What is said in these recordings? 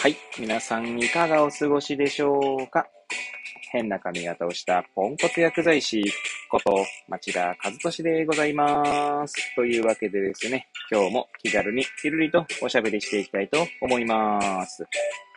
はい。皆さんいかがお過ごしでしょうか？変な髪型をしたポンコツ薬剤師こと町田和俊でございます。というわけでですね、今日も気軽にゆるりとおしゃべりしていきたいと思います。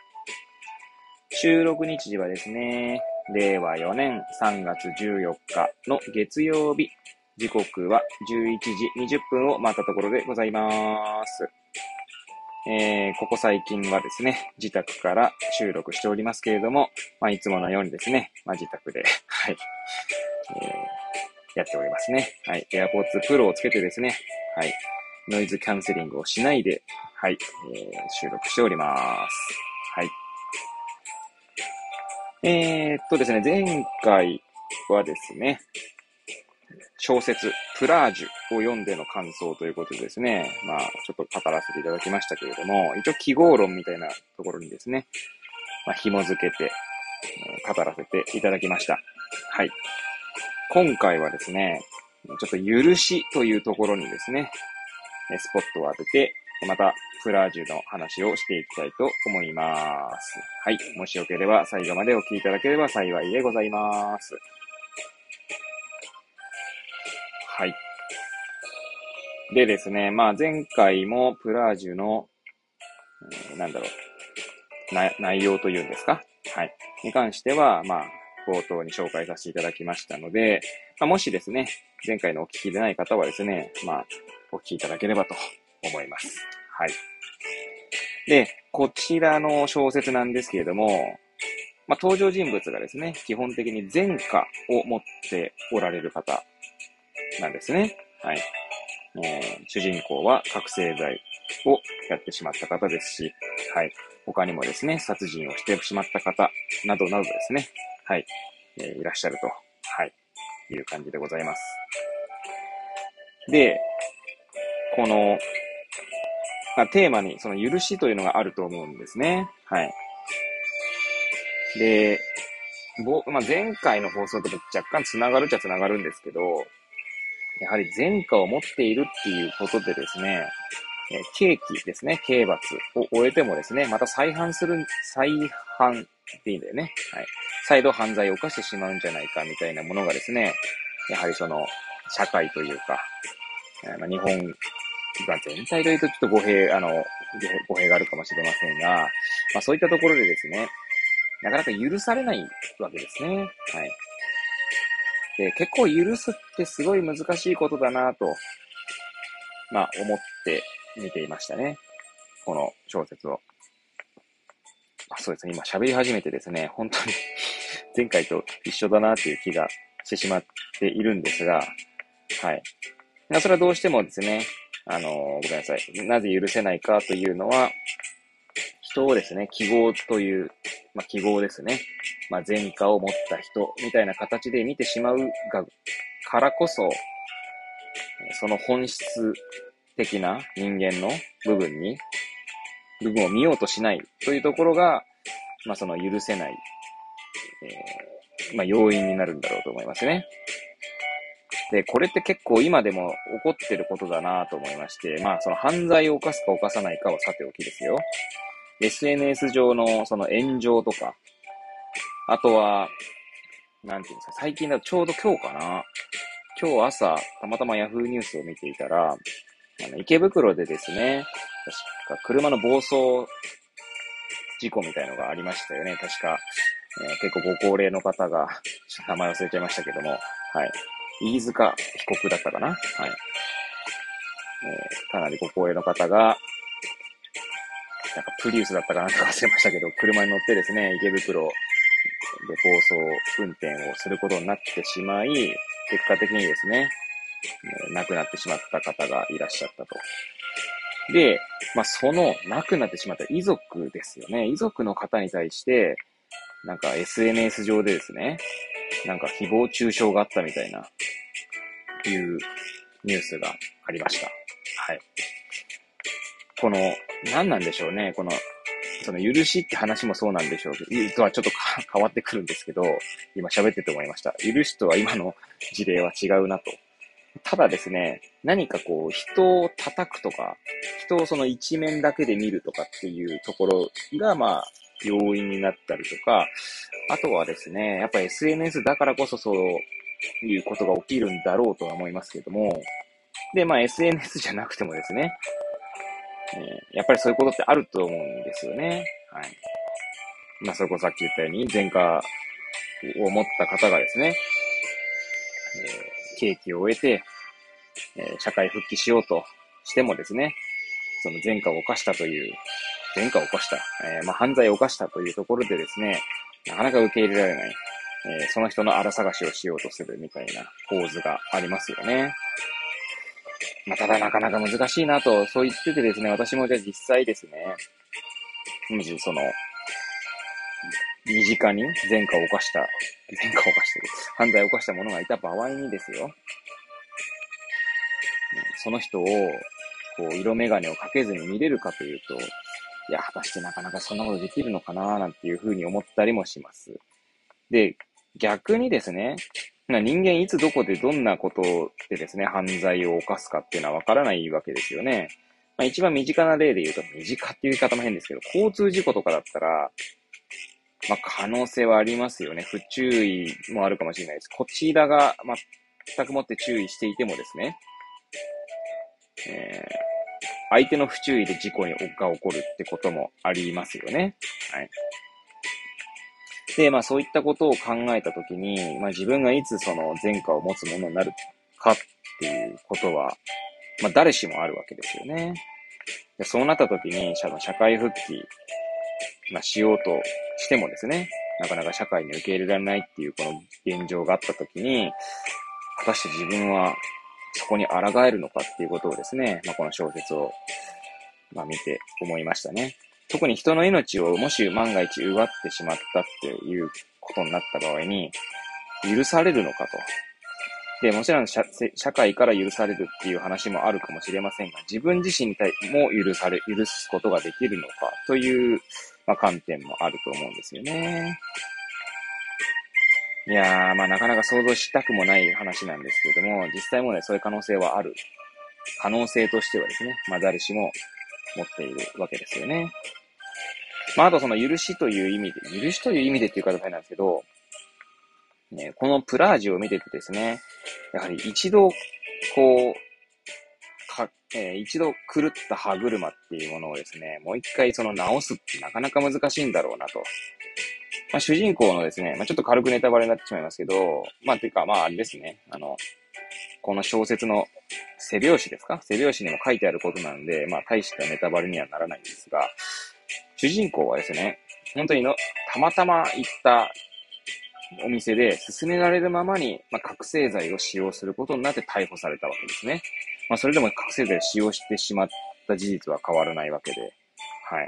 収録日時はですね、令和4年3月14日の月曜日、時刻は11時20分を回ったところでございます。ここ最近はですね、自宅から収録しておりますけれども、いつものようにですね、自宅で、はい、やっておりますね。はい、AirPods Pro をつけてですね、はい、ノイズキャンセリングをしないで、はい、収録しております。はい。ですね、前回はですね、小説、プラージュを読んでの感想ということでですね、ちょっと語らせていただきましたけれども、一応記号論みたいなところにですね、紐付けて、語らせていただきました。はい。今回はですね、ちょっと許しというところにですね、スポットを当てて、また、プラージュの話をしていきたいと思います。はい。もしよければ最後までお聞きいただければ幸いでございます。はい。でですね、前回もプラージュの、内容というんですか？はい。に関しては、冒頭に紹介させていただきましたので、もしですね、前回のお聞きでない方はですね、お聞きいただければと思います。はい。で、こちらの小説なんですけれども、登場人物がですね、基本的に前科を持っておられる方なんですね。はい。主人公は覚醒剤をやってしまった方ですし、はい。他にもですね、殺人をしてしまった方などなどですね、はい。いらっしゃると、はい。いう感じでございます。で、この、テーマにその許しというのがあると思うんですね。はい。で、前回の放送と若干つながるっちゃつながるんですけど、やはり前科を持っているっていうことでですね、刑期ですね、刑罰を終えてもですね、また再犯っていいんだよね。はい。再度犯罪を犯してしまうんじゃないかみたいなものがですね、やはりその、社会というか、日本が全体というとちょっと語弊があるかもしれませんが、そういったところでですね、なかなか許されないわけですね。はい。で、結構許すってすごい難しいことだなと、思って見ていましたね。この小説を。そうですね、今喋り始めてですね、本当に前回と一緒だなっていう気がしてしまっているんですが、はい。それはどうしてもですね、ごめんなさい。なぜ許せないかというのは、人をですね、記号という、記号ですね。前科を持った人みたいな形で見てしまうからこそ、その本質的な人間の部分を見ようとしないというところが、その許せない、要因になるんだろうと思いますね。で、これって結構今でも起こってることだなと思いまして、その犯罪を犯すか犯さないかはさておきですよ。SNS 上のその炎上とか、あとは、なんていうんですか、最近だとちょうど今日かな。今日朝、たまたまヤフーニュースを見ていたら、池袋でですね、確か車の暴走事故みたいのがありましたよね。確か、結構ご高齢の方が、名前忘れちゃいましたけども、はい。飯塚被告だったかな。はい。かなりご高齢の方が、プリウスだったかなんか忘れましたけど、車に乗ってですね、池袋で暴走運転をすることになってしまい、結果的にですね、亡くなってしまった方がいらっしゃったと。で、その亡くなってしまった遺族ですよね。遺族の方に対して、SNS 上でですね、誹謗中傷があったみたいな、いうニュースがありました。はい。何なんでしょうね。その許しって話もそうなんでしょうけど、とはちょっと変わってくるんですけど、今喋ってて思いました。許しとは今の事例は違うなと。 ただですね、何かこう、人を叩くとか、人をその一面だけで見るとかっていうところが、まあ、要因になったりとか、あとはですね、やっぱ SNS だからこそそういうことが起きるんだろうとは思いますけども、で、まあ SNS じゃなくてもですね、やっぱりそういうことってあると思うんですよね。はい。まあ、それこそさっき言ったように、前科を持った方がですね、刑期を終えて、社会復帰しようとしてもですね、その前科を犯したという、前科を犯した、まあ、犯罪を犯したというところでですね、なかなか受け入れられない、その人の荒探しをしようとするみたいな構図がありますよね。まあ、ただなかなか難しいなと、そう言っててですね、私もじゃあ実際ですね、もしその、身近に前科を犯してる、犯罪を犯した者がいた場合にですよ、その人を、こう、色眼鏡をかけずに見れるかというと、いや、果たしてなかなかそんなことできるのかななんていうふうに思ったりもします。で、逆にですね、人間いつどこでどんなことでですね、犯罪を犯すかっていうのはわからないわけですよね。まあ一番身近な例で言うと、身近っていう言い方も変ですけど、交通事故とかだったら、まあ可能性はありますよね。不注意もあるかもしれないです。こちらが全くもって注意していてもですね、え相手の不注意で事故が起こるってこともありますよね。はい。で、まあそういったことを考えたときに、まあ自分がいつその前科を持つものになるかっていうことは、まあ誰しもあるわけですよね。でそうなったときに、社会復帰、まあ、しようとしてもですね、なかなか社会に受け入れられないっていうこの現状があったときに、果たして自分はそこに抗えるのかっていうことをですね、まあこの小説を見て思いましたね。特に人の命をもし万が一奪ってしまったっていうことになった場合に、許されるのかと。で、もちろん社会から許されるっていう話もあるかもしれませんが、自分自身も許すことができるのかという、観点もあると思うんですよね。いやー、なかなか想像したくもない話なんですけれども、実際もね、そういう可能性はある。可能性としてはですね、誰しも持っているわけですよね。あとその許しという意味で、許しという意味でっていう形なんですけど、ね、このプラージュを見ててですね、やはり一度、こう、一度狂った歯車っていうものをですね、もう一回その直すってなかなか難しいんだろうなと。主人公のですね、ちょっと軽くネタバレになってしまいますけど、ていうか、あれですね、この小説の背表紙ですか？背表紙にも書いてあることなんで、大したネタバレにはならないんですが、主人公はですね、本当にたまたま行ったお店で勧められるままに、覚醒剤を使用することになって逮捕されたわけですね。それでも覚醒剤を使用してしまった事実は変わらないわけで、はい。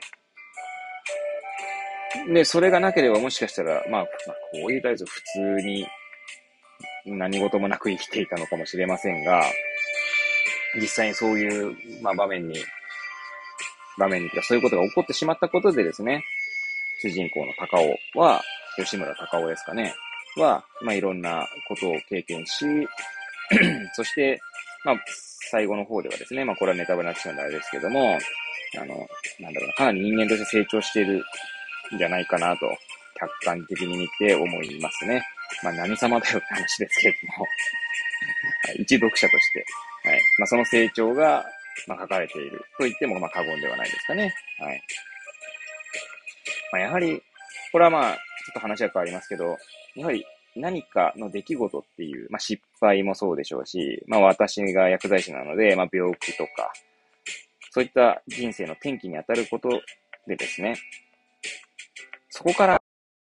で、それがなければもしかしたら、こういうタイプ普通に何事もなく生きていたのかもしれませんが、実際にそういう、場面にそういうことが起こってしまったことでですね、主人公の高尾は、吉村高尾ですかね、は、いろんなことを経験し、そして、最後の方ではですね、これはネタバレになってしまうんであれですけども、かなり人間として成長しているんじゃないかなと、客観的に見て思いますね。何様だよって話ですけれども、一読者として、はい。その成長が、書かれていると言っても、過言ではないですかね。はい。やはり、これはちょっと話は変わりますけど、やはり何かの出来事っていう、失敗もそうでしょうし、私が薬剤師なので、病気とか、そういった人生の転機に当たることでですね、そこから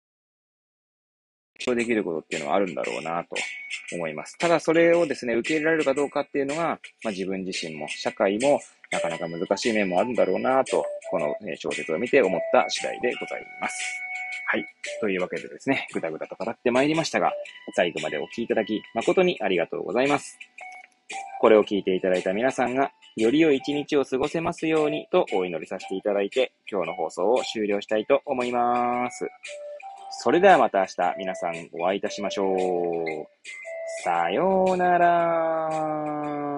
できることっていうのはあるんだろうなと思います。ただそれをですね、受け入れられるかどうかっていうのが、自分自身も社会もなかなか難しい面もあるんだろうなと、この小説を見て思った次第でございます。はい。というわけでですね、ぐだぐだと語ってまいりましたが、最後までお聞きいただき誠にありがとうございます。これを聞いていただいた皆さんが、より良い一日を過ごせますようにとお祈りさせていただいて、今日の放送を終了したいと思います。それではまた明日皆さんお会いいたしましょう。 さようなら。